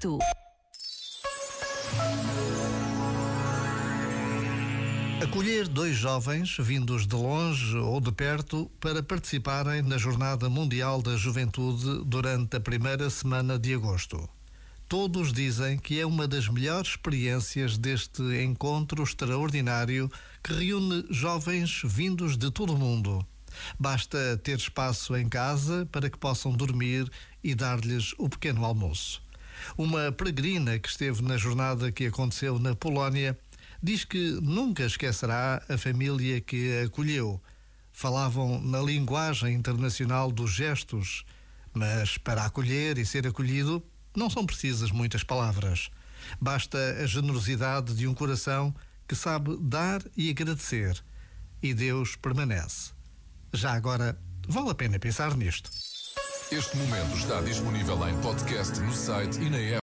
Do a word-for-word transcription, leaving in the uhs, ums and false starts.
Direto. Acolher dois jovens vindos de longe ou de perto para participarem na Jornada Mundial da Juventude durante a primeira semana de agosto. Todos dizem que é uma das melhores experiências deste encontro extraordinário que reúne jovens vindos de todo o mundo. Basta ter espaço em casa para que possam dormir e dar-lhes o pequeno almoço. Uma peregrina que esteve na jornada que aconteceu na Polónia diz que nunca esquecerá a família que a acolheu. Falavam na linguagem internacional dos gestos, mas para acolher e ser acolhido não são precisas muitas palavras. Basta a generosidade de um coração que sabe dar e agradecer. E Deus permanece. Já agora, vale a pena pensar nisto. Este momento está disponível em podcast no site e na app.